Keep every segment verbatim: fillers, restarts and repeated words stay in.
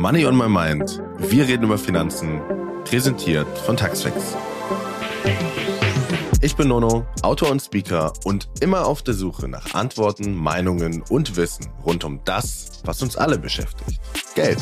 Money on my mind. Wir reden über Finanzen. Präsentiert von Taxfix. Ich bin Nono, Autor und Speaker und immer auf der Suche nach Antworten, Meinungen und Wissen rund um das, was uns alle beschäftigt. Geld.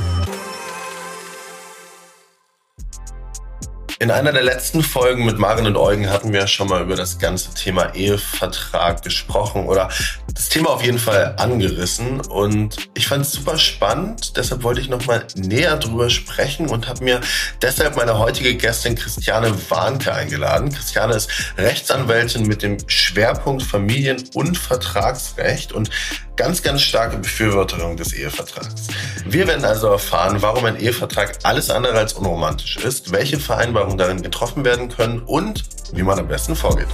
In einer der letzten Folgen mit Maren und Eugen hatten wir schon mal über das ganze Thema Ehevertrag gesprochen oder das Thema auf jeden Fall angerissen und ich fand es super spannend, deshalb wollte ich nochmal näher drüber sprechen und habe mir deshalb meine heutige Gästin Christiane Warnke eingeladen. Christiane ist Rechtsanwältin mit dem Schwerpunkt Familien- und Vertragsrecht und ganz, ganz starke Befürworterin des Ehevertrags. Wir werden also erfahren, warum ein Ehevertrag alles andere als unromantisch ist, welche Vereinbarungen darin getroffen werden können und wie man am besten vorgeht.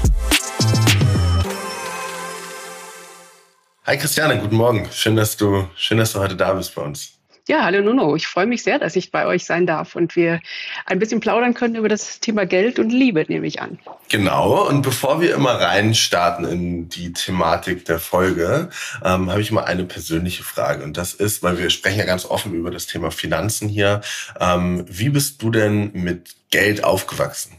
Hi Christiane, guten Morgen. Schön, dass du, schön, dass du heute da bist bei uns. Ja, hallo Nuno. Ich freue mich sehr, dass ich bei euch sein darf und wir ein bisschen plaudern können über das Thema Geld und Liebe, nehme ich an. Genau. Und bevor wir immer reinstarten in die Thematik der Folge, ähm, habe ich mal eine persönliche Frage. Und das ist, weil wir sprechen ja ganz offen über das Thema Finanzen hier. Ähm, wie bist du denn mit Geld aufgewachsen?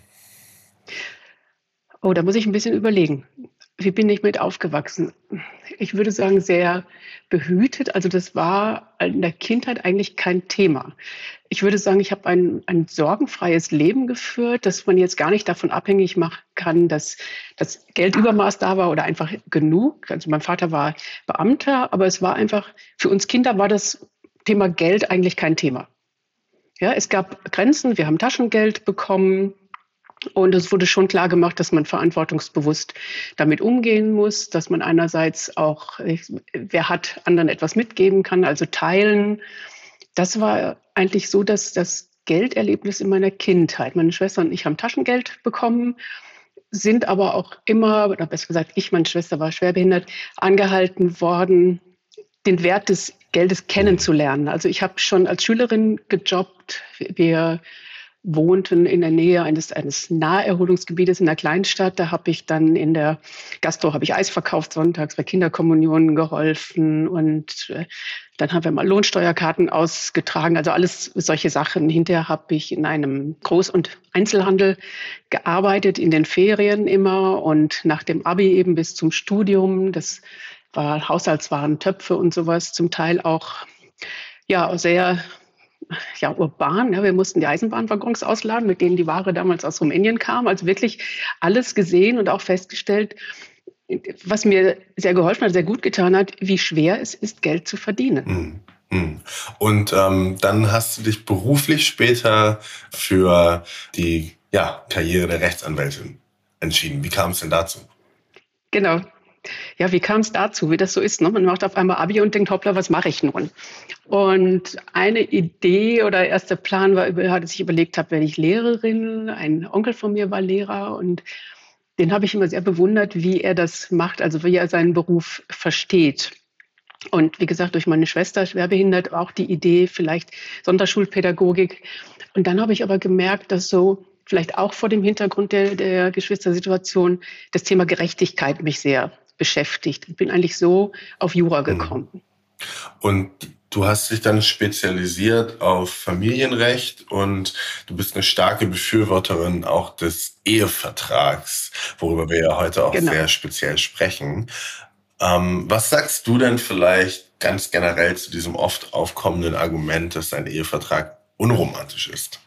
Oh, da muss ich ein bisschen überlegen. Wie bin ich mit aufgewachsen? Ich würde sagen, sehr behütet. Also das war in der Kindheit eigentlich kein Thema. Ich würde sagen, ich habe ein, ein sorgenfreies Leben geführt, dass man jetzt gar nicht davon abhängig machen kann, dass das Geldübermaß da war oder einfach genug. Also mein Vater war Beamter, aber es war einfach, für uns Kinder war das Thema Geld eigentlich kein Thema. Ja, es gab Grenzen, wir haben Taschengeld bekommen. Und es wurde schon klar gemacht, dass man verantwortungsbewusst damit umgehen muss, dass man einerseits auch, wer hat, anderen etwas mitgeben kann, also teilen. Das war eigentlich so, dass das Gelderlebnis in meiner Kindheit. Meine Schwester und ich haben Taschengeld bekommen, sind aber auch immer, oder besser gesagt, ich, meine Schwester war schwerbehindert, angehalten worden, den Wert des Geldes kennenzulernen. Also ich habe schon als Schülerin gejobbt. Wir wohnten in der Nähe eines, eines Naherholungsgebietes in der Kleinstadt. Da habe ich dann in der Gastro habe ich Eis verkauft sonntags, bei Kinderkommunionen geholfen und äh, dann haben wir mal Lohnsteuerkarten ausgetragen, also alles solche Sachen. Hinterher habe ich in einem Groß- und Einzelhandel gearbeitet, in den Ferien immer und nach dem Abi eben bis zum Studium. Das war Haushaltswaren, Töpfe und sowas, zum Teil auch ja sehr ja, urban. Ja, wir mussten die Eisenbahnwaggons ausladen, mit denen die Ware damals aus Rumänien kam. Also wirklich alles gesehen und auch festgestellt, was mir sehr geholfen hat, sehr gut getan hat, wie schwer es ist, Geld zu verdienen. Mhm. Und ähm, dann hast du dich beruflich später für die ja, Karriere der Rechtsanwältin entschieden. Wie kam es denn dazu? Genau. Ja, wie kam es dazu, wie das so ist? Ne? Man macht auf einmal Abi und denkt, hoppla, was mache ich nun? Und eine Idee oder erster Plan war, dass ich überlegt habe, werde ich Lehrerin? Ein Onkel von mir war Lehrer und den habe ich immer sehr bewundert, wie er das macht, also wie er seinen Beruf versteht. Und wie gesagt, durch meine Schwester schwerbehindert auch die Idee, vielleicht Sonderschulpädagogik. Und dann habe ich aber gemerkt, dass so vielleicht auch vor dem Hintergrund der, der Geschwistersituation das Thema Gerechtigkeit mich sehr beschäftigt. Ich bin eigentlich so auf Jura gekommen. Und du hast dich dann spezialisiert auf Familienrecht und du bist eine starke Befürworterin auch des Ehevertrags, worüber wir ja heute auch genau. sehr speziell sprechen. Ähm, was sagst du denn vielleicht ganz generell zu diesem oft aufkommenden Argument, dass ein Ehevertrag unromantisch ist?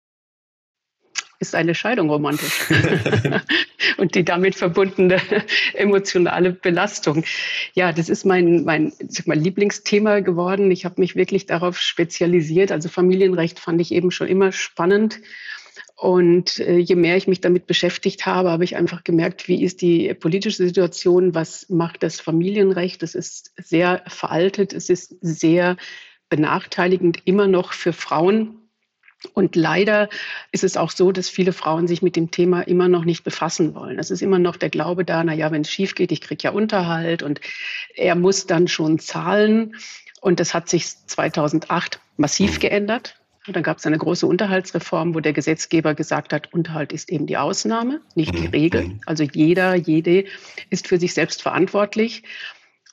Ist eine Scheidung romantisch und die damit verbundene emotionale Belastung. Ja, das ist mein, mein sag mal, Lieblingsthema geworden. Ich habe mich wirklich darauf spezialisiert. Also Familienrecht fand ich eben schon immer spannend. Und äh, je mehr ich mich damit beschäftigt habe, habe ich einfach gemerkt, wie ist die politische Situation, was macht das Familienrecht? Das ist sehr veraltet, es ist sehr benachteiligend immer noch für Frauen. Und leider ist es auch so, dass viele Frauen sich mit dem Thema immer noch nicht befassen wollen. Es ist immer noch der Glaube da, na ja, wenn es schief geht, ich kriege ja Unterhalt und er muss dann schon zahlen. Und das hat sich zweitausendacht massiv geändert. Und dann gab es eine große Unterhaltsreform, wo der Gesetzgeber gesagt hat, Unterhalt ist eben die Ausnahme, nicht die Regel. Also jeder, jede ist für sich selbst verantwortlich.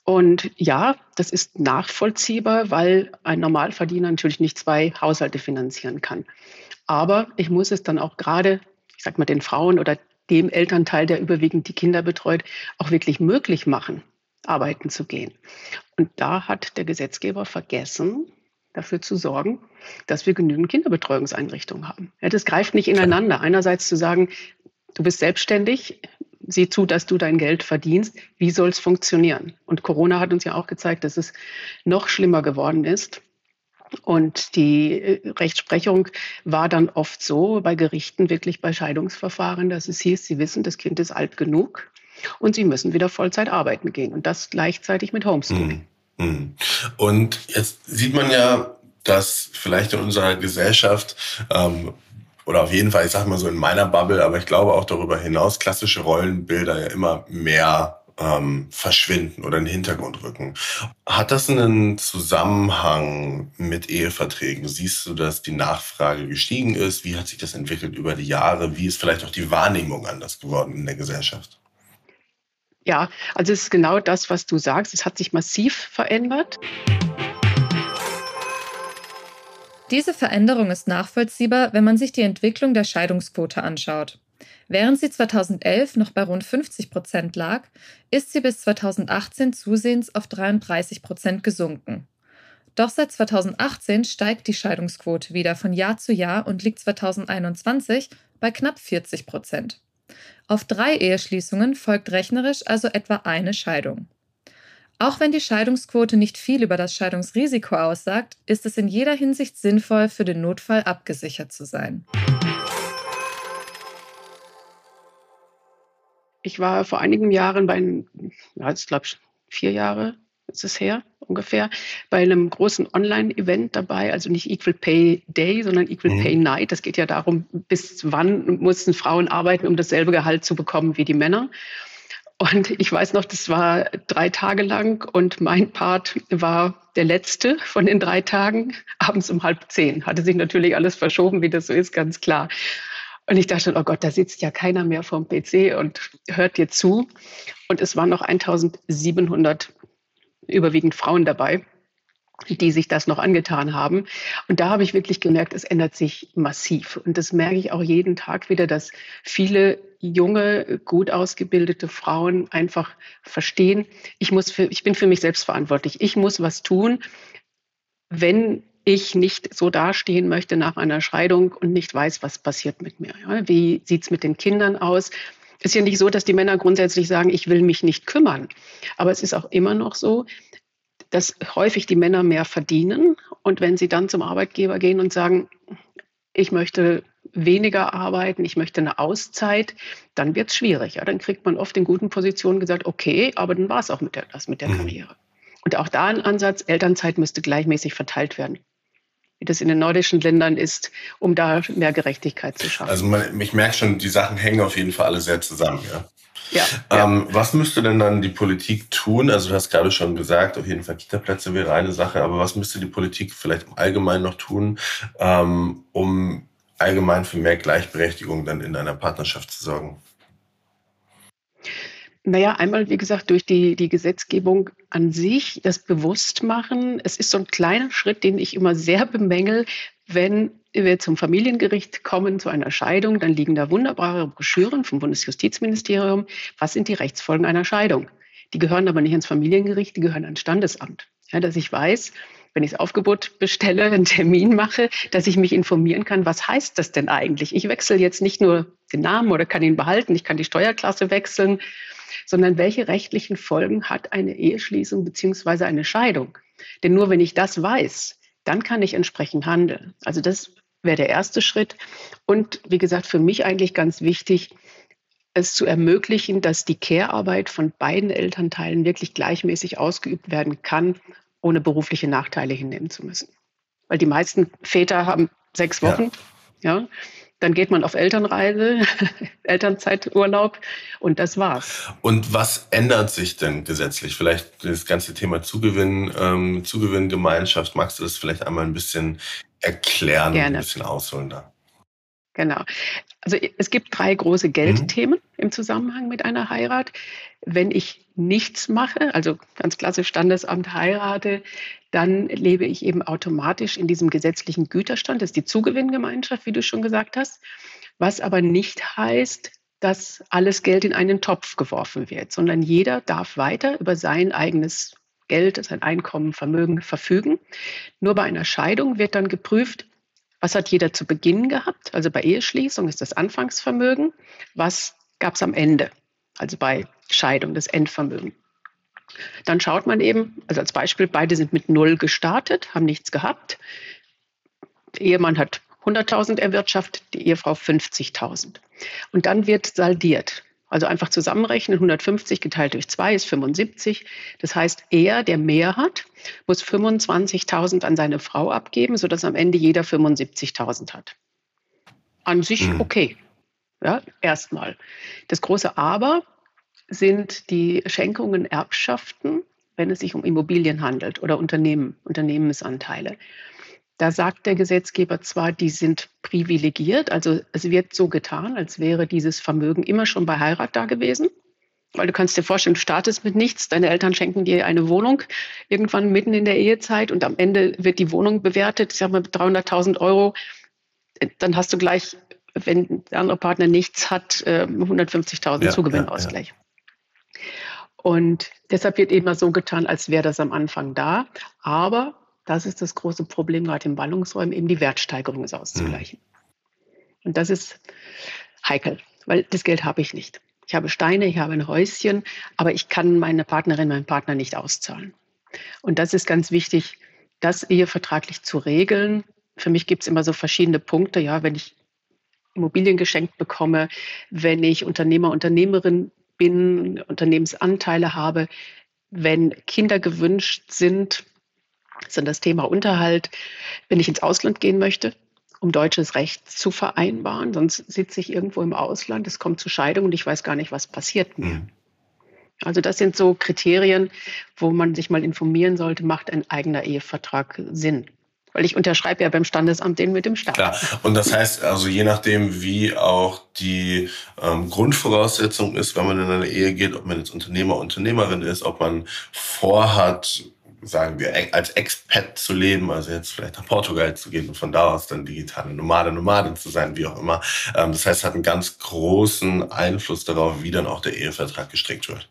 Und ja, das ist nachvollziehbar, weil ein Normalverdiener natürlich nicht zwei Haushalte finanzieren kann. Aber ich muss es dann auch gerade, ich sag mal, den Frauen oder dem Elternteil, der überwiegend die Kinder betreut, auch wirklich möglich machen, arbeiten zu gehen. Und da hat der Gesetzgeber vergessen, dafür zu sorgen, dass wir genügend Kinderbetreuungseinrichtungen haben. Ja, das greift nicht ineinander. Einerseits zu sagen, du bist selbstständig, sieh zu, dass du dein Geld verdienst. Wie soll es funktionieren? Und Corona hat uns ja auch gezeigt, dass es noch schlimmer geworden ist. Und die Rechtsprechung war dann oft so bei Gerichten, wirklich bei Scheidungsverfahren, dass es hieß, sie wissen, das Kind ist alt genug und sie müssen wieder Vollzeit arbeiten gehen. Und das gleichzeitig mit Homeschooling. Mhm. Und jetzt sieht man ja, dass vielleicht in unserer Gesellschaft ähm, oder auf jeden Fall, ich sage mal so in meiner Bubble, aber ich glaube auch darüber hinaus, klassische Rollenbilder ja immer mehr ähm, verschwinden oder in den Hintergrund rücken. Hat das einen Zusammenhang mit Eheverträgen? Siehst du, dass die Nachfrage gestiegen ist? Wie hat sich das entwickelt über die Jahre? Wie ist vielleicht auch die Wahrnehmung anders geworden in der Gesellschaft? Ja, also es ist genau das, was du sagst. Es hat sich massiv verändert. Diese Veränderung ist nachvollziehbar, wenn man sich die Entwicklung der Scheidungsquote anschaut. Während sie zweitausendelf noch bei rund fünfzig Prozent lag, ist sie bis zweitausendachtzehn zusehends auf dreiunddreißig Prozent gesunken. Doch seit zweitausendachtzehn steigt die Scheidungsquote wieder von Jahr zu Jahr und liegt zweitausendeinundzwanzig bei knapp vierzig Prozent. Auf drei Eheschließungen folgt rechnerisch also etwa eine Scheidung. Auch wenn die Scheidungsquote nicht viel über das Scheidungsrisiko aussagt, ist es in jeder Hinsicht sinnvoll, für den Notfall abgesichert zu sein. Ich war vor einigen Jahren bei einem, ja, ich glaube vier Jahre ist es her ungefähr, bei einem großen Online-Event dabei, also nicht Equal Pay Day, sondern Equal mhm. Pay Night. Das geht ja darum, bis wann mussten Frauen arbeiten, um dasselbe Gehalt zu bekommen wie die Männer. Und ich weiß noch, das war drei Tage lang und mein Part war der letzte von den drei Tagen, abends um halb zehn. Hatte sich natürlich alles verschoben, wie das so ist, ganz klar. Und ich dachte schon, oh Gott, da sitzt ja keiner mehr vorm P C und hört dir zu. Und es waren noch eintausendsiebenhundert überwiegend Frauen dabei, die sich das noch angetan haben. Und da habe ich wirklich gemerkt, es ändert sich massiv. Und das merke ich auch jeden Tag wieder, dass viele junge, gut ausgebildete Frauen einfach verstehen, ich muss für, ich bin für mich selbst verantwortlich. Ich muss was tun, wenn ich nicht so dastehen möchte nach einer Scheidung und nicht weiß, was passiert mit mir. Ja, wie sieht's mit den Kindern aus? Es ist ja nicht so, dass die Männer grundsätzlich sagen, ich will mich nicht kümmern. Aber es ist auch immer noch so, dass häufig die Männer mehr verdienen. Und wenn sie dann zum Arbeitgeber gehen und sagen, ich möchte weniger arbeiten, ich möchte eine Auszeit, dann wird es schwierig. Ja, dann kriegt man oft in guten Positionen gesagt, okay, aber dann war es auch mit der, das mit der mhm. Karriere. Und auch da ein Ansatz, Elternzeit müsste gleichmäßig verteilt werden, wie das in den nordischen Ländern ist, um da mehr Gerechtigkeit zu schaffen. Also man, ich merke schon, die Sachen hängen auf jeden Fall alle sehr zusammen. Ja. Ja, ähm, ja. Was müsste denn dann die Politik tun? Also du hast gerade schon gesagt, auf jeden Fall Kita-Plätze wäre eine Sache, aber was müsste die Politik vielleicht im Allgemeinen noch tun, ähm, um allgemein für mehr Gleichberechtigung dann in einer Partnerschaft zu sorgen? Naja, einmal, wie gesagt, durch die, die Gesetzgebung an sich, das Bewusstmachen. Es ist so ein kleiner Schritt, den ich immer sehr bemängel, wenn wir zum Familiengericht kommen, zu einer Scheidung, dann liegen da wunderbare Broschüren vom Bundesjustizministerium. Was sind die Rechtsfolgen einer Scheidung? Die gehören aber nicht ins Familiengericht, die gehören ans Standesamt. Ja, dass ich weiß, wenn ich das Aufgebot bestelle, einen Termin mache, dass ich mich informieren kann, was heißt das denn eigentlich? Ich wechsle jetzt nicht nur den Namen oder kann ihn behalten, ich kann die Steuerklasse wechseln, sondern welche rechtlichen Folgen hat eine Eheschließung bzw. eine Scheidung? Denn nur wenn ich das weiß, dann kann ich entsprechend handeln. Also das wäre der erste Schritt. Und wie gesagt, für mich eigentlich ganz wichtig, es zu ermöglichen, dass die Care-Arbeit von beiden Elternteilen wirklich gleichmäßig ausgeübt werden kann, ohne berufliche Nachteile hinnehmen zu müssen. Weil die meisten Väter haben sechs Wochen, ja, ja dann geht man auf Elternreise, Elternzeiturlaub und das war's. Und was ändert sich denn gesetzlich? Vielleicht das ganze Thema Zugewinn, ähm, Zugewinngemeinschaft, magst du das vielleicht einmal ein bisschen erklären, Gerne. ein bisschen ausholen da? Genau. Also es gibt drei große Mhm. Geldthemen im Zusammenhang mit einer Heirat. Wenn ich nichts mache, also ganz klassisch Standesamt heirate, dann lebe ich eben automatisch in diesem gesetzlichen Güterstand. Das ist die Zugewinngemeinschaft, wie du schon gesagt hast. Was aber nicht heißt, dass alles Geld in einen Topf geworfen wird, sondern jeder darf weiter über sein eigenes Geld, sein Einkommen, Vermögen verfügen. Nur bei einer Scheidung wird dann geprüft, was hat jeder zu Beginn gehabt? Also bei Eheschließung ist das Anfangsvermögen. Was gab es am Ende? Also bei Scheidung, das Endvermögen. Dann schaut man eben, also als Beispiel, beide sind mit Null gestartet, haben nichts gehabt. Der Ehemann hat hunderttausend erwirtschaftet, die Ehefrau fünfzigtausend. Und dann wird saldiert. Also einfach zusammenrechnen, hundertfünfzig geteilt durch zwei ist fünfundsiebzig. Das heißt, er, der mehr hat, muss fünfundzwanzigtausend an seine Frau abgeben, sodass am Ende jeder fünfundsiebzigtausend hat. An sich Mhm. okay, ja, erstmal. Das große Aber sind die Schenkungen, Erbschaften, wenn es sich um Immobilien handelt oder Unternehmen, Unternehmensanteile. Da sagt der Gesetzgeber zwar, die sind privilegiert, also es wird so getan, als wäre dieses Vermögen immer schon bei Heirat da gewesen. Weil du kannst dir vorstellen, du startest mit nichts, deine Eltern schenken dir eine Wohnung irgendwann mitten in der Ehezeit und am Ende wird die Wohnung bewertet, ich sag mal dreihunderttausend Euro, dann hast du gleich, wenn der andere Partner nichts hat, hundertfünfzigtausend Ja, ja, Zugewinnausgleich. Und deshalb wird immer so getan, als wäre das am Anfang da. Aber das ist das große Problem, gerade in Ballungsräumen, eben die Wertsteigerung ist auszugleichen. Und das ist heikel, weil das Geld habe ich nicht. Ich habe Steine, ich habe ein Häuschen, aber ich kann meine Partnerin, meinen Partner nicht auszahlen. Und das ist ganz wichtig, das ehevertraglich zu regeln. Für mich gibt es immer so verschiedene Punkte. Ja, wenn ich Immobilien geschenkt bekomme, wenn ich Unternehmer, Unternehmerin bin, Unternehmensanteile habe, wenn Kinder gewünscht sind, das ist dann das Thema Unterhalt, wenn ich ins Ausland gehen möchte, um deutsches Recht zu vereinbaren, sonst sitze ich irgendwo im Ausland, es kommt zur Scheidung und ich weiß gar nicht, was passiert mir. Mhm. Also das sind so Kriterien, wo man sich mal informieren sollte, macht ein eigener Ehevertrag Sinn? Weil ich unterschreibe ja beim Standesamt den mit dem Staat. Klar. Und das heißt also, je nachdem, wie auch die ähm, Grundvoraussetzung ist, wenn man in eine Ehe geht, ob man jetzt Unternehmer, Unternehmerin ist, ob man vorhat, sagen wir, als Expat zu leben, also jetzt vielleicht nach Portugal zu gehen und von da aus dann digitale Nomade, Nomadin zu sein, wie auch immer. Ähm, das heißt, es hat einen ganz großen Einfluss darauf, wie dann auch der Ehevertrag gestrickt wird.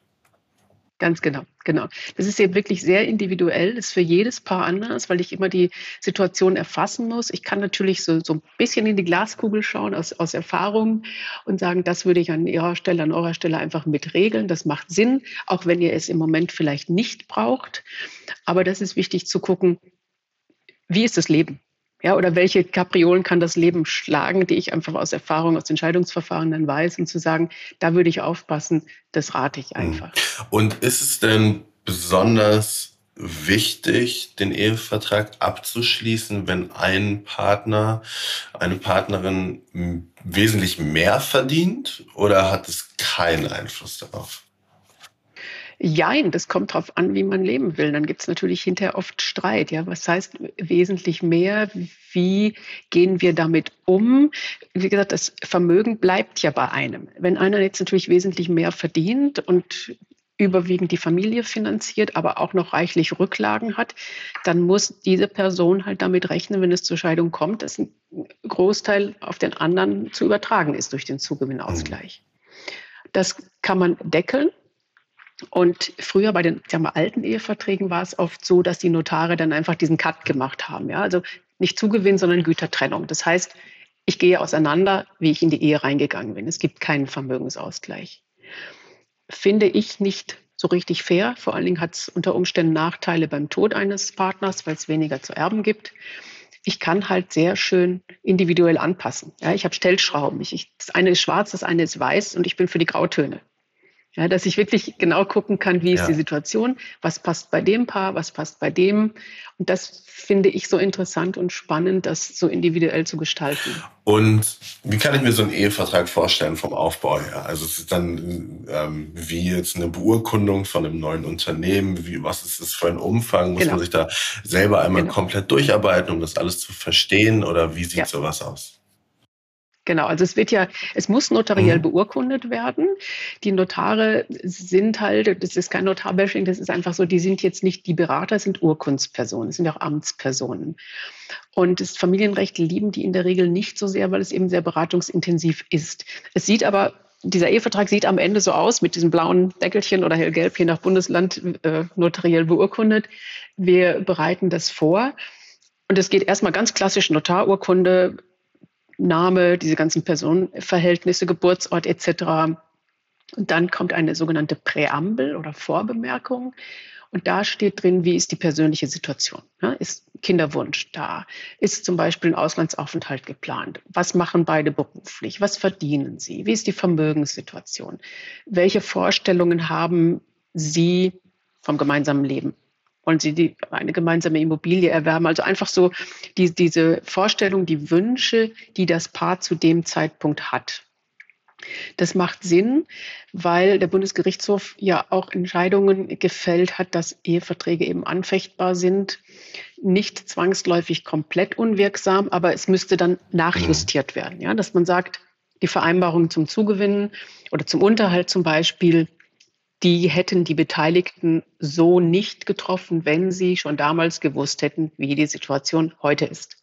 Ganz genau, genau. Das ist eben wirklich sehr individuell, das ist für jedes Paar anders, weil ich immer die Situation erfassen muss. Ich kann natürlich so, so ein bisschen in die Glaskugel schauen aus, aus Erfahrung und sagen, das würde ich an Ihrer Stelle, an eurer Stelle einfach mit regeln. Das macht Sinn, auch wenn ihr es im Moment vielleicht nicht braucht. Aber das ist wichtig zu gucken, wie ist das Leben? Ja, oder welche Kapriolen kann das Leben schlagen, die ich einfach aus Erfahrung, aus den Scheidungsverfahren dann weiß, und zu sagen, da würde ich aufpassen, das rate ich einfach. Und ist es denn besonders wichtig, den Ehevertrag abzuschließen, wenn ein Partner, eine Partnerin wesentlich mehr verdient, oder hat es keinen Einfluss darauf? Jein, das kommt drauf an, wie man leben will. Dann gibt es natürlich hinterher oft Streit. Ja, was heißt wesentlich mehr? Wie gehen wir damit um? Wie gesagt, das Vermögen bleibt ja bei einem. Wenn einer jetzt natürlich wesentlich mehr verdient und überwiegend die Familie finanziert, aber auch noch reichlich Rücklagen hat, dann muss diese Person halt damit rechnen, wenn es zur Scheidung kommt, dass ein Großteil auf den anderen zu übertragen ist durch den Zugewinnausgleich. Das kann man deckeln. Und früher bei den, sagen wir, alten Eheverträgen war es oft so, dass die Notare dann einfach diesen Cut gemacht haben. Ja? Also nicht Zugewinn, sondern Gütertrennung. Das heißt, ich gehe auseinander, wie ich in die Ehe reingegangen bin. Es gibt keinen Vermögensausgleich. Finde ich nicht so richtig fair. Vor allen Dingen hat es unter Umständen Nachteile beim Tod eines Partners, weil es weniger zu erben gibt. Ich kann halt sehr schön individuell anpassen. Ja? Ich habe Stellschrauben. Ich, ich, das eine ist schwarz, das eine ist weiß und ich bin für die Grautöne. Ja, dass ich wirklich genau gucken kann, wie ist ja. die Situation, was passt bei dem Paar, was passt bei dem. Und das finde ich so interessant und spannend, das so individuell zu gestalten. Und wie kann ich mir so einen Ehevertrag vorstellen vom Aufbau her? Also es ist dann ähm, wie jetzt eine Beurkundung von einem neuen Unternehmen. Wie, was ist das für ein Umfang? Muss genau. man sich da selber einmal genau. komplett durcharbeiten, um das alles zu verstehen? Oder wie sieht ja. sowas aus? Genau, also es wird ja, es muss notariell Mhm. beurkundet werden. Die Notare sind halt, das ist kein Notarbashing, das ist einfach so, die sind jetzt nicht die Berater, es sind Urkundspersonen, es sind auch Amtspersonen. Und das Familienrecht lieben die in der Regel nicht so sehr, weil es eben sehr beratungsintensiv ist. Es sieht aber, dieser Ehevertrag sieht am Ende so aus, mit diesem blauen Deckelchen oder hellgelb, je nach Bundesland, äh, notariell beurkundet. Wir bereiten das vor. Und es geht erstmal ganz klassisch Notarurkunde, Name, diese ganzen Personenverhältnisse, Geburtsort et cetera. Und dann kommt eine sogenannte Präambel oder Vorbemerkung. Und da steht drin, wie ist die persönliche Situation? Ja, ist Kinderwunsch da? Ist zum Beispiel ein Auslandsaufenthalt geplant? Was machen beide beruflich? Was verdienen sie? Wie ist die Vermögenssituation? Welche Vorstellungen haben Sie vom gemeinsamen Leben? Wollen Sie die, eine gemeinsame Immobilie erwerben? Also einfach so die, diese Vorstellung, die Wünsche, die das Paar zu dem Zeitpunkt hat. Das macht Sinn, weil der Bundesgerichtshof ja auch Entscheidungen gefällt hat, dass Eheverträge eben anfechtbar sind. Nicht zwangsläufig komplett unwirksam, aber es müsste dann nachjustiert werden. Ja? Dass man sagt, die Vereinbarung zum Zugewinn oder zum Unterhalt zum Beispiel, die hätten die Beteiligten so nicht getroffen, wenn sie schon damals gewusst hätten, wie die Situation heute ist.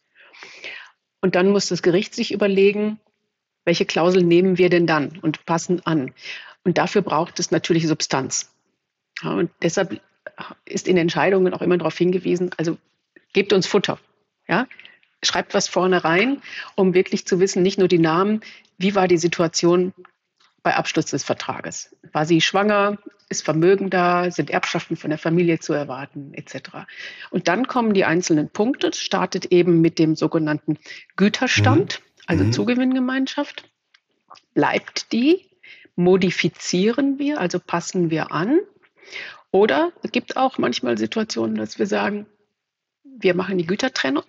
Und dann muss das Gericht sich überlegen, welche Klausel nehmen wir denn dann und passen an. Und dafür braucht es natürlich Substanz. Ja, und deshalb ist in Entscheidungen auch immer darauf hingewiesen, also gebt uns Futter. Ja? Schreibt was vorne rein, um wirklich zu wissen, nicht nur die Namen, wie war die Situation bei Abschluss des Vertrages. War sie schwanger? Ist Vermögen da? Sind Erbschaften von der Familie zu erwarten? Etc. Und dann kommen die einzelnen Punkte. Es startet eben mit dem sogenannten Güterstand, mhm. also mhm. Zugewinngemeinschaft. Bleibt die? Modifizieren wir, also passen wir an? Oder es gibt auch manchmal Situationen, dass wir sagen, wir machen die Gütertrennung.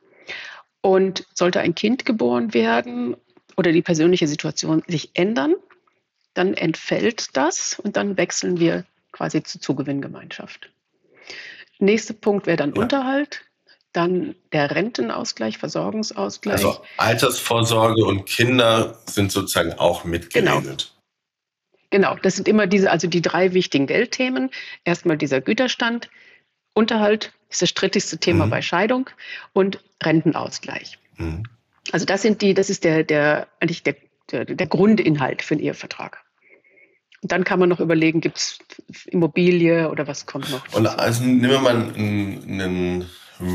Und sollte ein Kind geboren werden oder die persönliche Situation sich ändern, dann entfällt das und dann wechseln wir quasi zur Zugewinngemeinschaft. Nächster Punkt wäre dann ja. Unterhalt, dann der Rentenausgleich, Versorgungsausgleich. Also Altersvorsorge und Kinder sind sozusagen auch mitgeregelt. Genau. genau, das sind immer diese, also die drei wichtigen Geldthemen. Erstmal dieser Güterstand, Unterhalt ist das strittigste Thema mhm. bei Scheidung und Rentenausgleich. Mhm. Also das sind die, das ist der, der eigentlich der, der, der Grundinhalt für einen Ehevertrag. Und dann kann man noch überlegen, gibt es Immobilie oder was kommt noch dazu? Und also nehmen wir mal ein, ein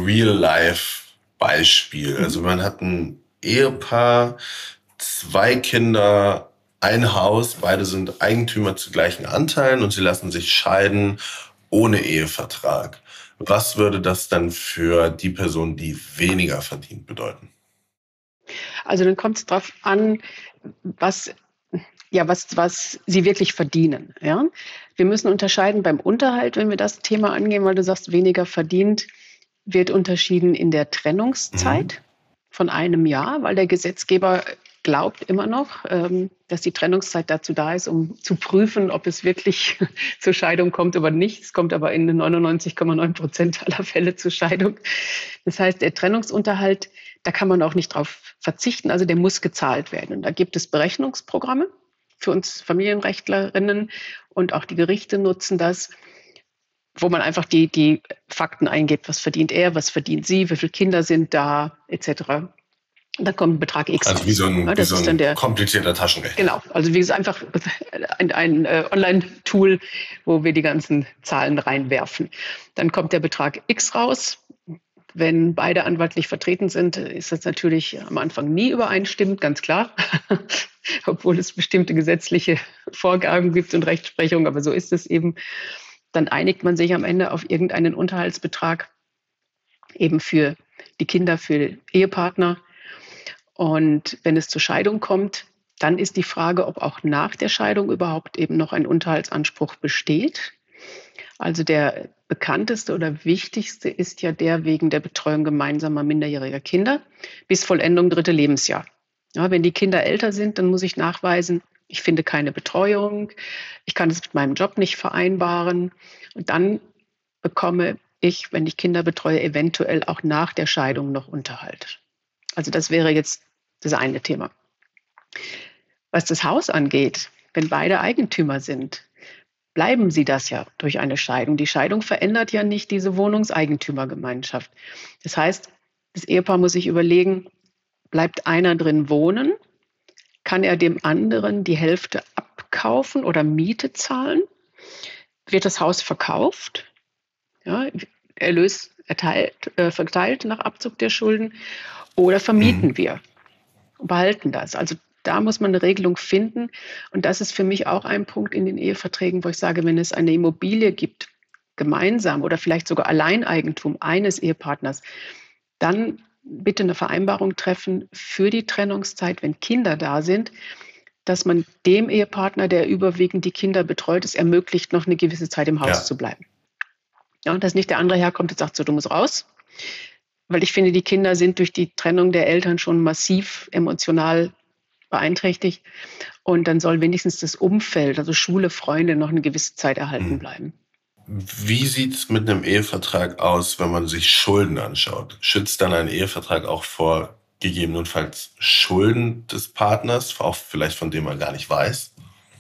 Real-Life-Beispiel. Mhm. Also man hat ein Ehepaar, zwei Kinder, ein Haus, beide sind Eigentümer zu gleichen Anteilen und sie lassen sich scheiden ohne Ehevertrag. Was würde das dann für die Person, die weniger verdient, bedeuten? Also dann kommt es darauf an, was, ja, was, was sie wirklich verdienen. Ja? Wir müssen unterscheiden beim Unterhalt, wenn wir das Thema angehen, weil du sagst, weniger verdient, wird unterschieden in der Trennungszeit mhm. von einem Jahr, weil der Gesetzgeber glaubt immer noch, ähm, dass die Trennungszeit dazu da ist, um zu prüfen, ob es wirklich zur Scheidung kommt oder nicht. Es kommt aber in neunundneunzig Komma neun Prozent aller Fälle zur Scheidung. Das heißt, der Trennungsunterhalt, da kann man auch nicht drauf verzichten, also der muss gezahlt werden. Und da gibt es Berechnungsprogramme für uns Familienrechtlerinnen und auch die Gerichte nutzen das, wo man einfach die, die Fakten eingibt, was verdient er, was verdient sie, wie viele Kinder sind da, et cetera. Und dann kommt ein Betrag X. Also wie so ein, ja, das wie so ein ist dann der, komplizierter Taschenrechner. Genau, also wie gesagt, einfach ein, ein äh, Online-Tool, wo wir die ganzen Zahlen reinwerfen. Dann kommt der Betrag X raus. Wenn beide anwaltlich vertreten sind, ist das natürlich am Anfang nie übereinstimmend, ganz klar. Obwohl es bestimmte gesetzliche Vorgaben gibt und Rechtsprechung, aber so ist es eben. Dann einigt man sich am Ende auf irgendeinen Unterhaltsbetrag eben für die Kinder, für Ehepartner. Und wenn es zur Scheidung kommt, dann ist die Frage, ob auch nach der Scheidung überhaupt eben noch ein Unterhaltsanspruch besteht. Also der bekannteste oder wichtigste ist ja der wegen der Betreuung gemeinsamer minderjähriger Kinder bis Vollendung dritte Lebensjahr. Ja, wenn die Kinder älter sind, dann muss ich nachweisen, ich finde keine Betreuung, ich kann es mit meinem Job nicht vereinbaren. Und dann bekomme ich, wenn ich Kinder betreue, eventuell auch nach der Scheidung noch Unterhalt. Also das wäre jetzt das eine Thema. Was das Haus angeht, wenn beide Eigentümer sind, bleiben sie das ja durch eine Scheidung. Die Scheidung verändert ja nicht diese Wohnungseigentümergemeinschaft. Das heißt, das Ehepaar muss sich überlegen, bleibt einer drin wohnen? Kann er dem anderen die Hälfte abkaufen oder Miete zahlen? Wird das Haus verkauft? Ja, Erlös erteilt, äh, verteilt nach Abzug der Schulden? Oder vermieten mhm. wir und behalten das? Also da muss man eine Regelung finden. Und das ist für mich auch ein Punkt in den Eheverträgen, wo ich sage, wenn es eine Immobilie gibt, gemeinsam oder vielleicht sogar Alleineigentum eines Ehepartners, dann bitte eine Vereinbarung treffen für die Trennungszeit, wenn Kinder da sind, dass man dem Ehepartner, der überwiegend die Kinder betreut, es ermöglicht, noch eine gewisse Zeit im Haus ja. zu bleiben. Ja, und dass nicht der andere herkommt und sagt, so, du musst raus. Weil ich finde, die Kinder sind durch die Trennung der Eltern schon massiv emotional beeinträchtigt. Und dann soll wenigstens das Umfeld, also Schule, Freunde, noch eine gewisse Zeit erhalten bleiben. Wie sieht es mit einem Ehevertrag aus, wenn man sich Schulden anschaut? Schützt dann ein Ehevertrag auch vor gegebenenfalls Schulden des Partners, auch vielleicht von dem man gar nicht weiß?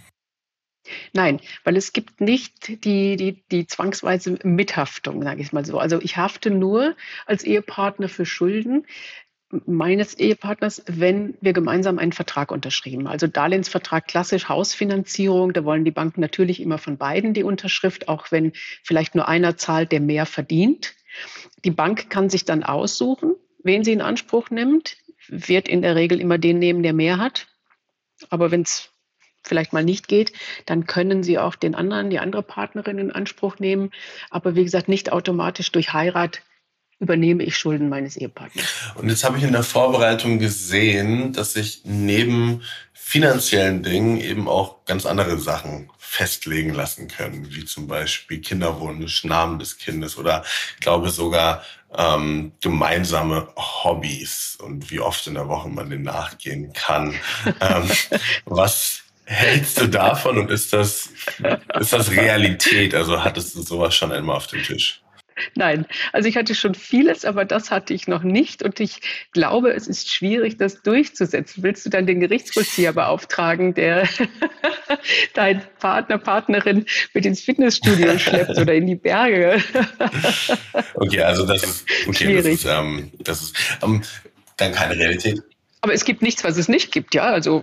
Nein, weil es gibt nicht die, die, die zwangsweise Mithaftung, sage ich mal so. Also ich hafte nur als Ehepartner für Schulden meines Ehepartners, wenn wir gemeinsam einen Vertrag unterschrieben. Also Darlehensvertrag, klassisch Hausfinanzierung, da wollen die Banken natürlich immer von beiden die Unterschrift, auch wenn vielleicht nur einer zahlt, der mehr verdient. Die Bank kann sich dann aussuchen, wen sie in Anspruch nimmt, wird in der Regel immer den nehmen, der mehr hat. Aber wenn es vielleicht mal nicht geht, dann können sie auch den anderen, die andere Partnerin in Anspruch nehmen. Aber wie gesagt, nicht automatisch durch Heirat übernehme ich Schulden meines Ehepartners. Und jetzt habe ich in der Vorbereitung gesehen, dass sich neben finanziellen Dingen eben auch ganz andere Sachen festlegen lassen können, wie zum Beispiel Kinderwunsch, Namen des Kindes oder ich glaube sogar ähm, gemeinsame Hobbys und wie oft in der Woche man denen nachgehen kann. ähm, was hältst du davon und ist das, ist das Realität? Also hattest du sowas schon einmal auf dem Tisch? Nein, also ich hatte schon vieles, aber das hatte ich noch nicht und ich glaube, es ist schwierig, das durchzusetzen. Willst du dann den Gerichtsvollzieher beauftragen, der dein Partner, Partnerin mit ins Fitnessstudio schleppt oder in die Berge? Okay, also das ist, okay, schwierig. das ist, ähm, das ist ähm, dann keine Realität. Aber es gibt nichts, was es nicht gibt, ja, also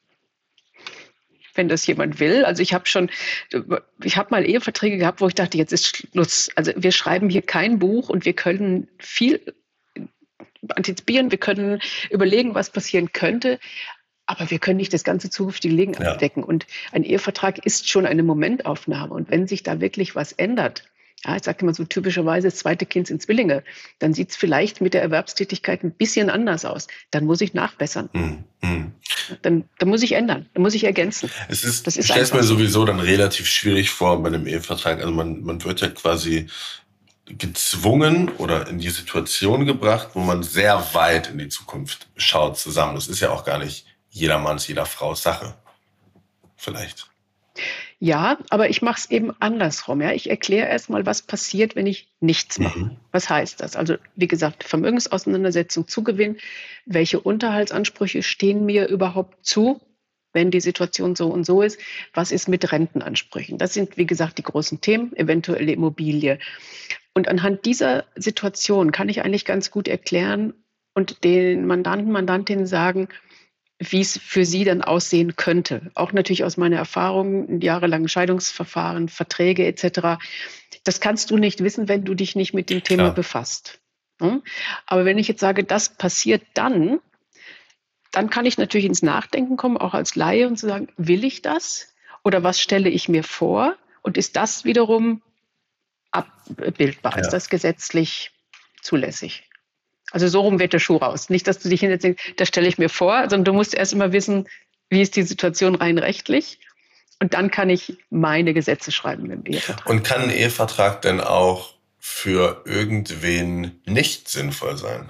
wenn das jemand will. Also ich habe schon, ich habe mal Eheverträge gehabt, wo ich dachte, jetzt ist Schluss. Also wir schreiben hier kein Buch und wir können viel antizipieren, wir können überlegen, was passieren könnte, aber wir können nicht das ganze zukünftige Leben ja. abdecken. Und ein Ehevertrag ist schon eine Momentaufnahme. Und wenn sich da wirklich was ändert, ja, ich sage immer so typischerweise, das zweite Kind sind Zwillinge, dann sieht es vielleicht mit der Erwerbstätigkeit ein bisschen anders aus. Dann muss ich nachbessern. Hm, hm. Dann, dann muss ich ändern, dann muss ich ergänzen. Es ist, das ist ich stelle es mir so. sowieso dann relativ schwierig vor bei einem Ehevertrag. Also man, man wird ja quasi gezwungen oder in die Situation gebracht, wo man sehr weit in die Zukunft schaut zusammen. Das ist ja auch gar nicht jedermanns, jeder Frau's Sache. Vielleicht. Ja, aber ich mache es eben andersrum. Ja? Ich erkläre erstmal, was passiert, wenn ich nichts mache. Mhm. Was heißt das? Also wie gesagt, Vermögensauseinandersetzung, Zugewinn. Welche Unterhaltsansprüche stehen mir überhaupt zu, wenn die Situation so und so ist? Was ist mit Rentenansprüchen? Das sind, wie gesagt, die großen Themen, eventuelle Immobilie. Und anhand dieser Situation kann ich eigentlich ganz gut erklären und den Mandanten, Mandantinnen sagen, wie es für sie dann aussehen könnte. Auch natürlich aus meiner Erfahrung, jahrelangen Scheidungsverfahren, Verträge et cetera. Das kannst du nicht wissen, wenn du dich nicht mit dem Thema Klar. befasst. Aber wenn ich jetzt sage, das passiert dann, dann kann ich natürlich ins Nachdenken kommen, auch als Laie, und zu sagen, will ich das? Oder was stelle ich mir vor? Und ist das wiederum abbildbar? Ja. Ist das gesetzlich zulässig? Also so rum wird der Schuh raus. Nicht, dass du dich hinsetzt, das stelle ich mir vor, sondern du musst erst immer wissen, wie ist die Situation rein rechtlich. Und dann kann ich meine Gesetze schreiben im Ehevertrag. Und kann ein Ehevertrag denn auch für irgendwen nicht sinnvoll sein?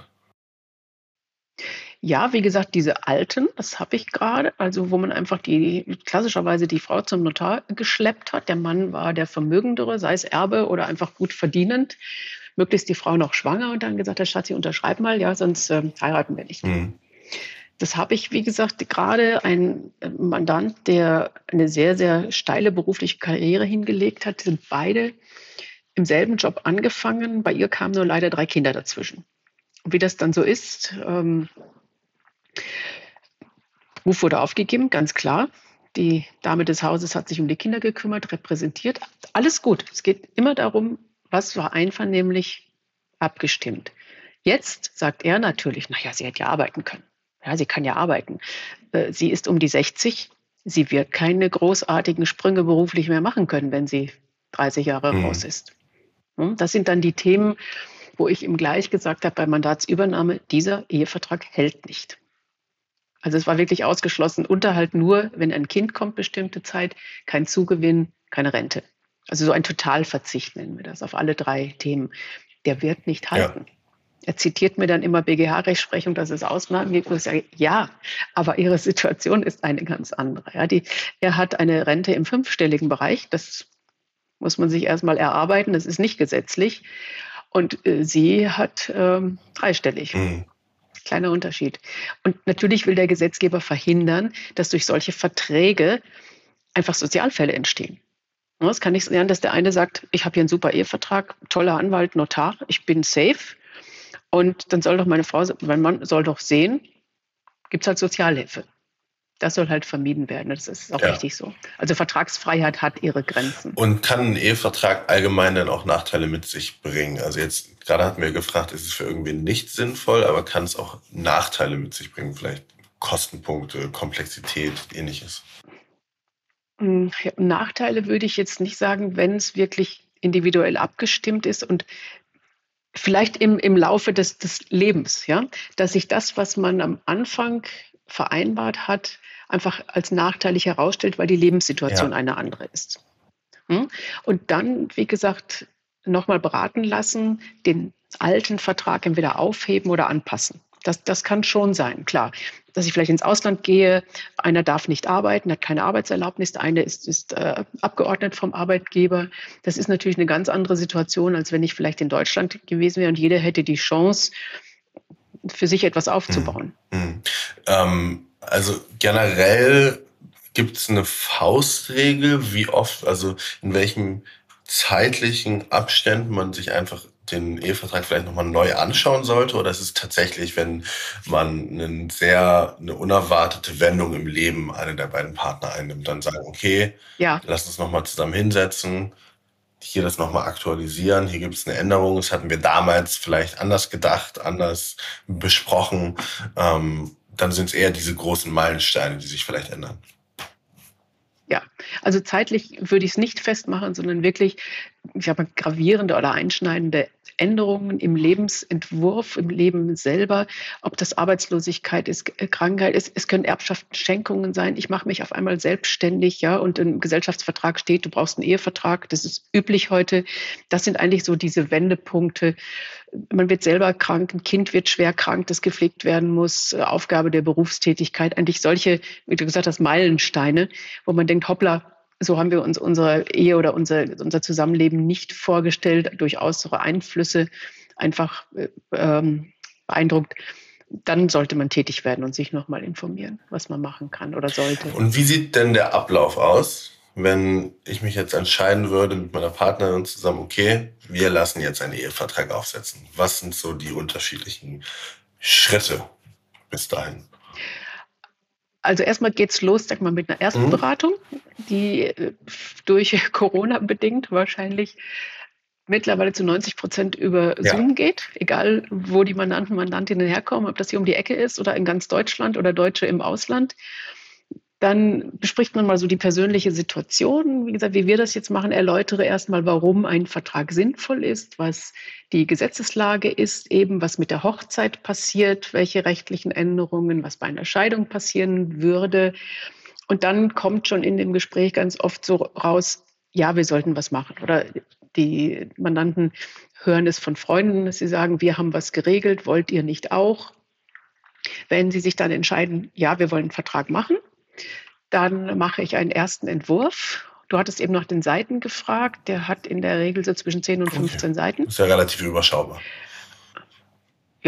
Ja, wie gesagt, diese alten, das habe ich gerade, also wo man einfach die klassischerweise die Frau zum Notar geschleppt hat. Der Mann war der Vermögendere, sei es Erbe oder einfach gut verdienend. Möglichst die Frau noch schwanger und dann gesagt, der Schatzi, unterschreib mal, ja, sonst äh, heiraten wir nicht. Mhm. Das habe ich, wie gesagt, gerade ein Mandant, der eine sehr, sehr steile berufliche Karriere hingelegt hat, sind beide im selben Job angefangen. Bei ihr kamen nur leider drei Kinder dazwischen. Und wie das dann so ist, ähm, Ruf wurde aufgegeben, ganz klar. Die Dame des Hauses hat sich um die Kinder gekümmert, repräsentiert. Alles gut. Es geht immer darum, was war einvernehmlich abgestimmt. Jetzt sagt er natürlich, naja, sie hätte ja arbeiten können. Ja, sie kann ja arbeiten. Äh, Sie ist um die sechzig. Sie wird keine großartigen Sprünge beruflich mehr machen können, wenn sie dreißig Jahre Mhm. raus ist. Hm, Das sind dann die Themen, wo ich ihm gleich gesagt habe, bei Mandatsübernahme, dieser Ehevertrag hält nicht. Also es war wirklich ausgeschlossen, Unterhalt nur, wenn ein Kind kommt, bestimmte Zeit, kein Zugewinn, keine Rente. Also so ein Totalverzicht nennen wir das auf alle drei Themen. Der wird nicht Ja. halten. Er zitiert mir dann immer B G H-Rechtsprechung, dass es Ausnahmen gibt, wo ich sage, ja, aber Ihre Situation ist eine ganz andere. Ja, die, er hat eine Rente im fünfstelligen Bereich, das muss man sich erstmal erarbeiten, das ist nicht gesetzlich. Und äh, sie hat ähm, dreistellig. Mhm. Kleiner Unterschied. Und natürlich will der Gesetzgeber verhindern, dass durch solche Verträge einfach Sozialfälle entstehen. Ja, Es kann nicht sein, dass der eine sagt, ich habe hier einen super Ehevertrag, toller Anwalt, Notar, ich bin safe. Und dann soll doch meine Frau, mein Mann soll doch sehen, gibt es halt Sozialhilfe. Das soll halt vermieden werden. Das ist auch Ja. richtig so. Also Vertragsfreiheit hat ihre Grenzen. Und kann ein Ehevertrag allgemein dann auch Nachteile mit sich bringen? Also jetzt, gerade hatten wir gefragt, ist es für irgendwen nicht sinnvoll, aber kann es auch Nachteile mit sich bringen? Vielleicht Kostenpunkte, Komplexität, ähnliches? Hm, ja, Nachteile würde ich jetzt nicht sagen, wenn es wirklich individuell abgestimmt ist und vielleicht im, im Laufe des, des Lebens, ja, dass sich das, was man am Anfang vereinbart hat, einfach als nachteilig herausstellt, weil die Lebenssituation Ja. eine andere ist. Hm? Und dann, wie gesagt, nochmal beraten lassen, den alten Vertrag entweder aufheben oder anpassen. Das, das kann schon sein, klar. Dass ich vielleicht ins Ausland gehe, einer darf nicht arbeiten, hat keine Arbeitserlaubnis, der eine ist, ist äh, abgeordnet vom Arbeitgeber. Das ist natürlich eine ganz andere Situation, als wenn ich vielleicht in Deutschland gewesen wäre und jeder hätte die Chance, für sich etwas aufzubauen. Mhm. Ähm, also generell gibt es eine Faustregel, wie oft, also in welchem zeitlichen Abständen man sich einfach den Ehevertrag vielleicht nochmal neu anschauen sollte? Oder ist es tatsächlich, wenn man einen sehr, eine unerwartete Wendung im Leben einer der beiden Partner einnimmt, dann sagen, okay, Ja, lass uns nochmal zusammen hinsetzen, hier das nochmal aktualisieren, hier gibt es eine Änderung, das hatten wir damals vielleicht anders gedacht, anders besprochen, ähm, dann sind es eher diese großen Meilensteine, die sich vielleicht ändern. ja. Also zeitlich würde ich es nicht festmachen, sondern wirklich, ich habe gravierende oder einschneidende Änderungen im Lebensentwurf, im Leben selber, ob das Arbeitslosigkeit ist, äh, Krankheit ist, es können Erbschaften, Schenkungen sein. Ich mache mich auf einmal selbstständig, ja, und im Gesellschaftsvertrag steht, du brauchst einen Ehevertrag. Das ist üblich heute. Das sind eigentlich so diese Wendepunkte. Man wird selber krank, ein Kind wird schwer krank, das gepflegt werden muss, äh, Aufgabe der Berufstätigkeit. Eigentlich solche, wie du gesagt hast, Meilensteine, wo man denkt, hoppla, so haben wir uns unsere Ehe oder unser, unser Zusammenleben nicht vorgestellt, durch äußere Einflüsse einfach äh, ähm, beeindruckt. Dann sollte man tätig werden und sich nochmal informieren, was man machen kann oder sollte. Und wie sieht denn der Ablauf aus, wenn ich mich jetzt entscheiden würde mit meiner Partnerin zusammen, okay, wir lassen jetzt einen Ehevertrag aufsetzen? Was sind so die unterschiedlichen Schritte bis dahin? Also erstmal geht's los, sag mal, mit einer Erstberatung, die äh, durch Corona bedingt wahrscheinlich mittlerweile zu neunzig Prozent über Ja. Zoom geht, egal wo die Mandanten, Mandantinnen herkommen, ob das hier um die Ecke ist oder in ganz Deutschland oder Deutsche im Ausland. Dann bespricht man mal so die persönliche Situation. Wie gesagt, wie wir das jetzt machen, erläutere erstmal, warum ein Vertrag sinnvoll ist, was die Gesetzeslage ist, eben was mit der Hochzeit passiert, welche rechtlichen Änderungen, was bei einer Scheidung passieren würde. Und dann kommt schon in dem Gespräch ganz oft so raus, ja, wir sollten was machen. Oder die Mandanten hören es von Freunden, dass sie sagen, wir haben was geregelt, wollt ihr nicht auch? Wenn sie sich dann entscheiden, ja, wir wollen einen Vertrag machen, dann mache ich einen ersten Entwurf. Du hattest eben nach den Seiten gefragt. Der hat in der Regel so zwischen zehn und fünfzehn Seiten. Ist ja relativ überschaubar. Ja,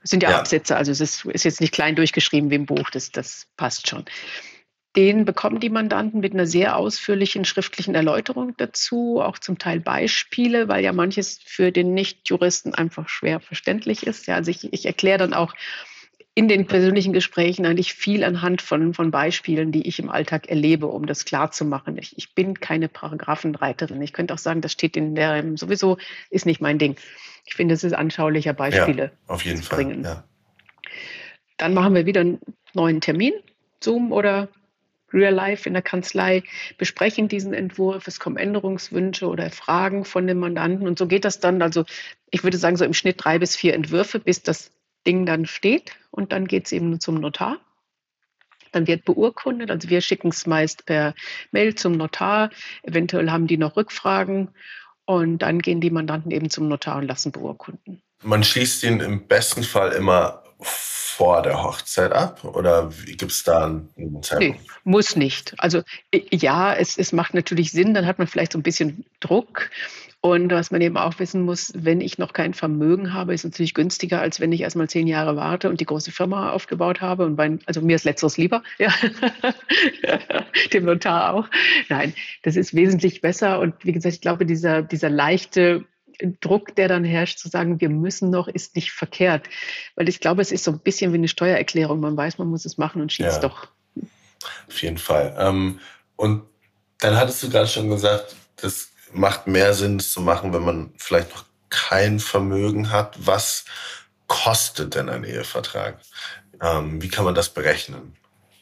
Es sind ja, Ja. Absätze, also es ist, ist jetzt nicht klein durchgeschrieben wie im Buch, das, das passt schon. Den bekommen die Mandanten mit einer sehr ausführlichen schriftlichen Erläuterung dazu, auch zum Teil Beispiele, weil ja manches für den Nicht-Juristen einfach schwer verständlich ist. Ja, also ich, ich erkläre dann auch in den persönlichen Gesprächen eigentlich viel anhand von, von Beispielen, die ich im Alltag erlebe, um das klarzumachen. Ich, ich bin keine Paragraphenreiterin. Ich könnte auch sagen, das steht in der sowieso, ist nicht mein Ding. Ich finde, es ist anschaulicher, Beispiele Ja, auf jeden zu Fall. bringen. Ja. Dann machen wir wieder einen neuen Termin, Zoom oder Real Life in der Kanzlei, besprechen diesen Entwurf, es kommen Änderungswünsche oder Fragen von dem Mandanten und so geht das dann, also ich würde sagen so im Schnitt drei bis vier Entwürfe, bis das Ding dann steht und dann geht es eben zum Notar. Dann wird beurkundet, also wir schicken es meist per Mail zum Notar, eventuell haben die noch Rückfragen und dann gehen die Mandanten eben zum Notar und lassen beurkunden. Man schließt ihn im besten Fall immer vor der Hochzeit ab oder gibt es da einen Zeitpunkt? Nee, muss nicht. Also ja, es, es macht natürlich Sinn, dann hat man vielleicht so ein bisschen Druck. Und was man eben auch wissen muss, wenn ich noch kein Vermögen habe, ist es natürlich günstiger, als wenn ich erst mal zehn Jahre warte und die große Firma aufgebaut habe. Und mein, also mir ist letzteres lieber, ja. Dem Notar auch. Nein, das ist wesentlich besser. Und wie gesagt, ich glaube, dieser, dieser leichte Druck, der dann herrscht, zu sagen, wir müssen noch, ist nicht verkehrt. Weil ich glaube, es ist so ein bisschen wie eine Steuererklärung. Man weiß, man muss es machen und schießt Ja, doch. auf jeden Fall. Ähm, und dann hattest du gerade schon gesagt, das macht mehr Sinn, das zu machen, wenn man vielleicht noch kein Vermögen hat. Was kostet denn ein Ehevertrag? Ähm, wie kann man das berechnen?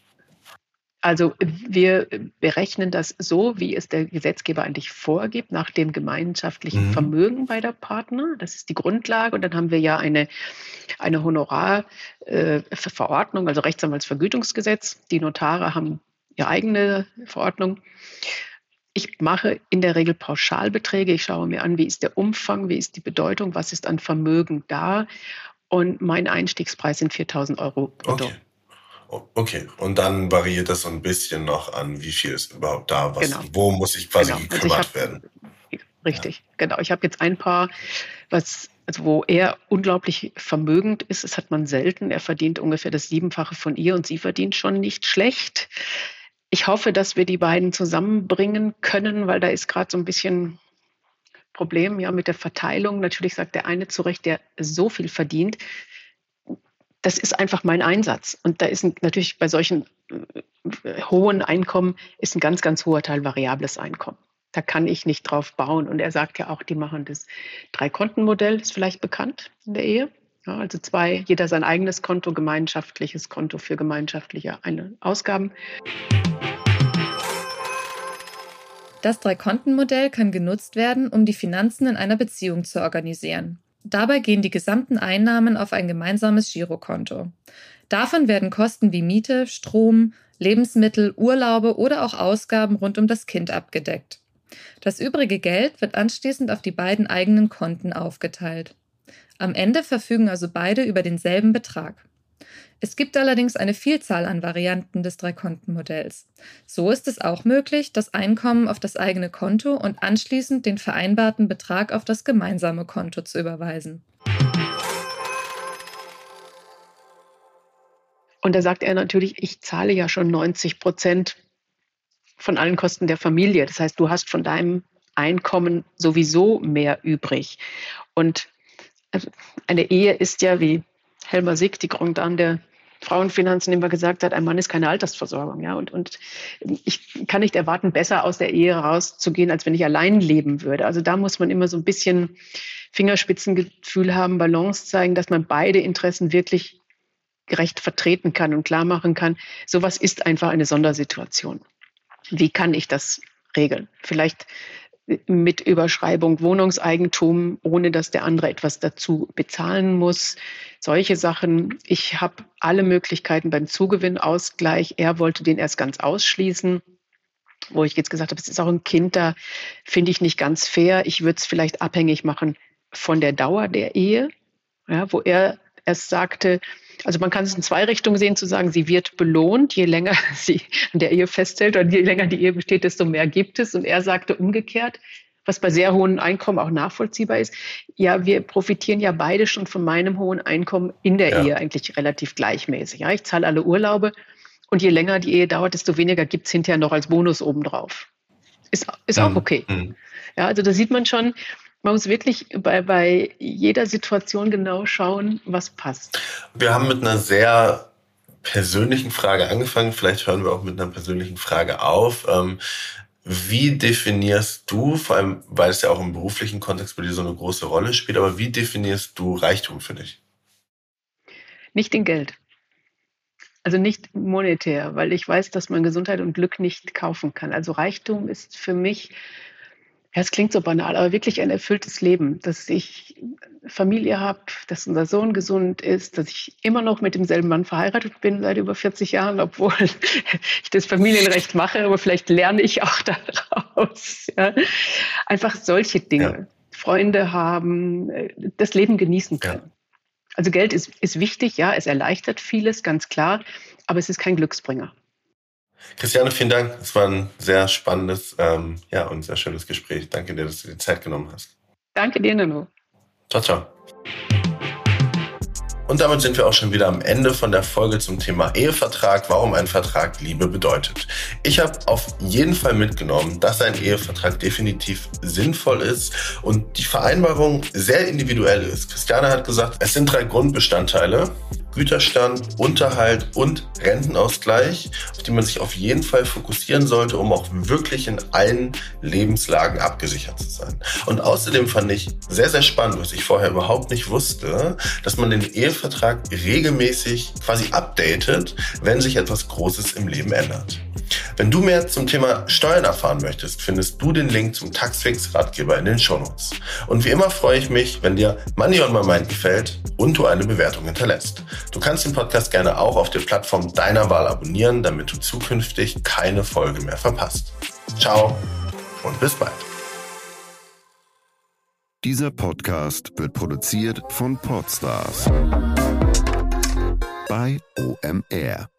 Also wir berechnen das so, wie es der Gesetzgeber eigentlich vorgibt, nach dem gemeinschaftlichen Mhm. Vermögen beider Partner. Das ist die Grundlage. Und dann haben wir ja eine, eine Honorarverordnung, also Rechtsanwaltsvergütungsgesetz. Die Notare haben ihre eigene Verordnung. Ich mache in der Regel Pauschalbeträge. Ich schaue mir an, wie ist der Umfang, wie ist die Bedeutung, was ist an Vermögen da. Und mein Einstiegspreis sind viertausend Euro brutto. Okay. O- Okay. Und dann variiert das so ein bisschen noch an, wie viel ist überhaupt da, was, Genau. wo muss ich quasi Genau. Also ich gekümmert habe werden. Richtig, genau. Ich habe jetzt ein Paar, was, also wo er unglaublich vermögend ist. Das hat man selten. Er verdient ungefähr das Siebenfache von ihr und sie verdient schon nicht schlecht. Ich hoffe, dass wir die beiden zusammenbringen können, weil da ist gerade so ein bisschen Problem ja mit der Verteilung. Natürlich sagt der eine zu Recht, der so viel verdient. Das ist einfach mein Einsatz. Und da ist ein, natürlich bei solchen äh, hohen Einkommen ist ein ganz, ganz hoher Teil variables Einkommen. Da kann ich nicht drauf bauen. Und er sagt ja auch, die machen das Drei-Konten-Modell, ist vielleicht bekannt in der Ehe. Ja, also zwei, jeder sein eigenes Konto, gemeinschaftliches Konto für gemeinschaftliche Ausgaben. Das Drei-Konten-Modell kann genutzt werden, um die Finanzen in einer Beziehung zu organisieren. Dabei gehen die gesamten Einnahmen auf ein gemeinsames Girokonto. Davon werden Kosten wie Miete, Strom, Lebensmittel, Urlaube oder auch Ausgaben rund um das Kind abgedeckt. Das übrige Geld wird anschließend auf die beiden eigenen Konten aufgeteilt. Am Ende verfügen also beide über denselben Betrag. Es gibt allerdings eine Vielzahl an Varianten des Drei-Konten-Modells. So ist es auch möglich, das Einkommen auf das eigene Konto und anschließend den vereinbarten Betrag auf das gemeinsame Konto zu überweisen. Und da sagt er natürlich, ich zahle ja schon neunzig Prozent von allen Kosten der Familie. Das heißt, du hast von deinem Einkommen sowieso mehr übrig. Und eine Ehe ist ja, wie Helmer Sick, die Grand Dame der Frauenfinanzen, immer gesagt hat, ein Mann ist keine Altersversorgung. Ja? Und, und ich kann nicht erwarten, besser aus der Ehe rauszugehen, als wenn ich allein leben würde. Also da muss man immer so ein bisschen Fingerspitzengefühl haben, Balance zeigen, dass man beide Interessen wirklich gerecht vertreten kann und klar machen kann. Sowas ist einfach eine Sondersituation. Wie kann ich das regeln? Vielleicht mit Überschreibung Wohnungseigentum, ohne dass der andere etwas dazu bezahlen muss. Solche Sachen. Ich habe alle Möglichkeiten beim Zugewinnausgleich. Er wollte den erst ganz ausschließen, wo ich jetzt gesagt habe, es ist auch ein Kind, da finde ich nicht ganz fair. Ich würde es vielleicht abhängig machen von der Dauer der Ehe, ja, wo er erst sagte, also man kann es in zwei Richtungen sehen, zu sagen, sie wird belohnt, je länger sie an der Ehe festhält oder je länger die Ehe besteht, desto mehr gibt es. Und er sagte umgekehrt, was bei sehr hohen Einkommen auch nachvollziehbar ist. Ja, wir profitieren ja beide schon von meinem hohen Einkommen in der ja. Ehe eigentlich relativ gleichmäßig. Ja, ich zahle alle Urlaube und je länger die Ehe dauert, desto weniger gibt es hinterher noch als Bonus obendrauf. Ist, ist auch okay. Mhm. Ja, also da sieht man schon, man muss wirklich bei, bei jeder Situation genau schauen, was passt. Wir haben mit einer sehr persönlichen Frage angefangen. Vielleicht hören wir auch mit einer persönlichen Frage auf. Ähm, Wie definierst du, vor allem, weil es ja auch im beruflichen Kontext bei dir so eine große Rolle spielt, aber wie definierst du Reichtum für dich? Nicht in Geld. Also nicht monetär, weil ich weiß, dass man Gesundheit und Glück nicht kaufen kann. Also Reichtum ist für mich, ja, es klingt so banal, aber wirklich ein erfülltes Leben, dass ich Familie habe, dass unser Sohn gesund ist, dass ich immer noch mit demselben Mann verheiratet bin seit über vierzig Jahren, obwohl ich das Familienrecht mache, aber vielleicht lerne ich auch daraus. Ja. Einfach solche Dinge. Ja. Freunde haben, das Leben genießen können. Ja. Also Geld ist, ist wichtig, ja, es erleichtert vieles, ganz klar, aber es ist kein Glücksbringer. Christiane, vielen Dank. Es war ein sehr spannendes ähm, ja, und sehr schönes Gespräch. Danke dir, dass du dir Zeit genommen hast. Danke dir, Nano. Ciao, ciao. Und damit sind wir auch schon wieder am Ende von der Folge zum Thema Ehevertrag, warum ein Vertrag Liebe bedeutet. Ich habe auf jeden Fall mitgenommen, dass ein Ehevertrag definitiv sinnvoll ist und die Vereinbarung sehr individuell ist. Christiane hat gesagt, es sind drei Grundbestandteile: Güterstand, Unterhalt und Rentenausgleich, auf die man sich auf jeden Fall fokussieren sollte, um auch wirklich in allen Lebenslagen abgesichert zu sein. Und außerdem fand ich sehr, sehr spannend, was ich vorher überhaupt nicht wusste, dass man den Ehevertrag regelmäßig quasi updatet, wenn sich etwas Großes im Leben ändert. Wenn du mehr zum Thema Steuern erfahren möchtest, findest du den Link zum Taxfix-Ratgeber in den Shownotes. Und wie immer freue ich mich, wenn dir Money on My Mind gefällt und du eine Bewertung hinterlässt. Du kannst den Podcast gerne auch auf der Plattform deiner Wahl abonnieren, damit du zukünftig keine Folge mehr verpasst. Ciao und bis bald. Dieser Podcast wird produziert von Podstars bei O M R.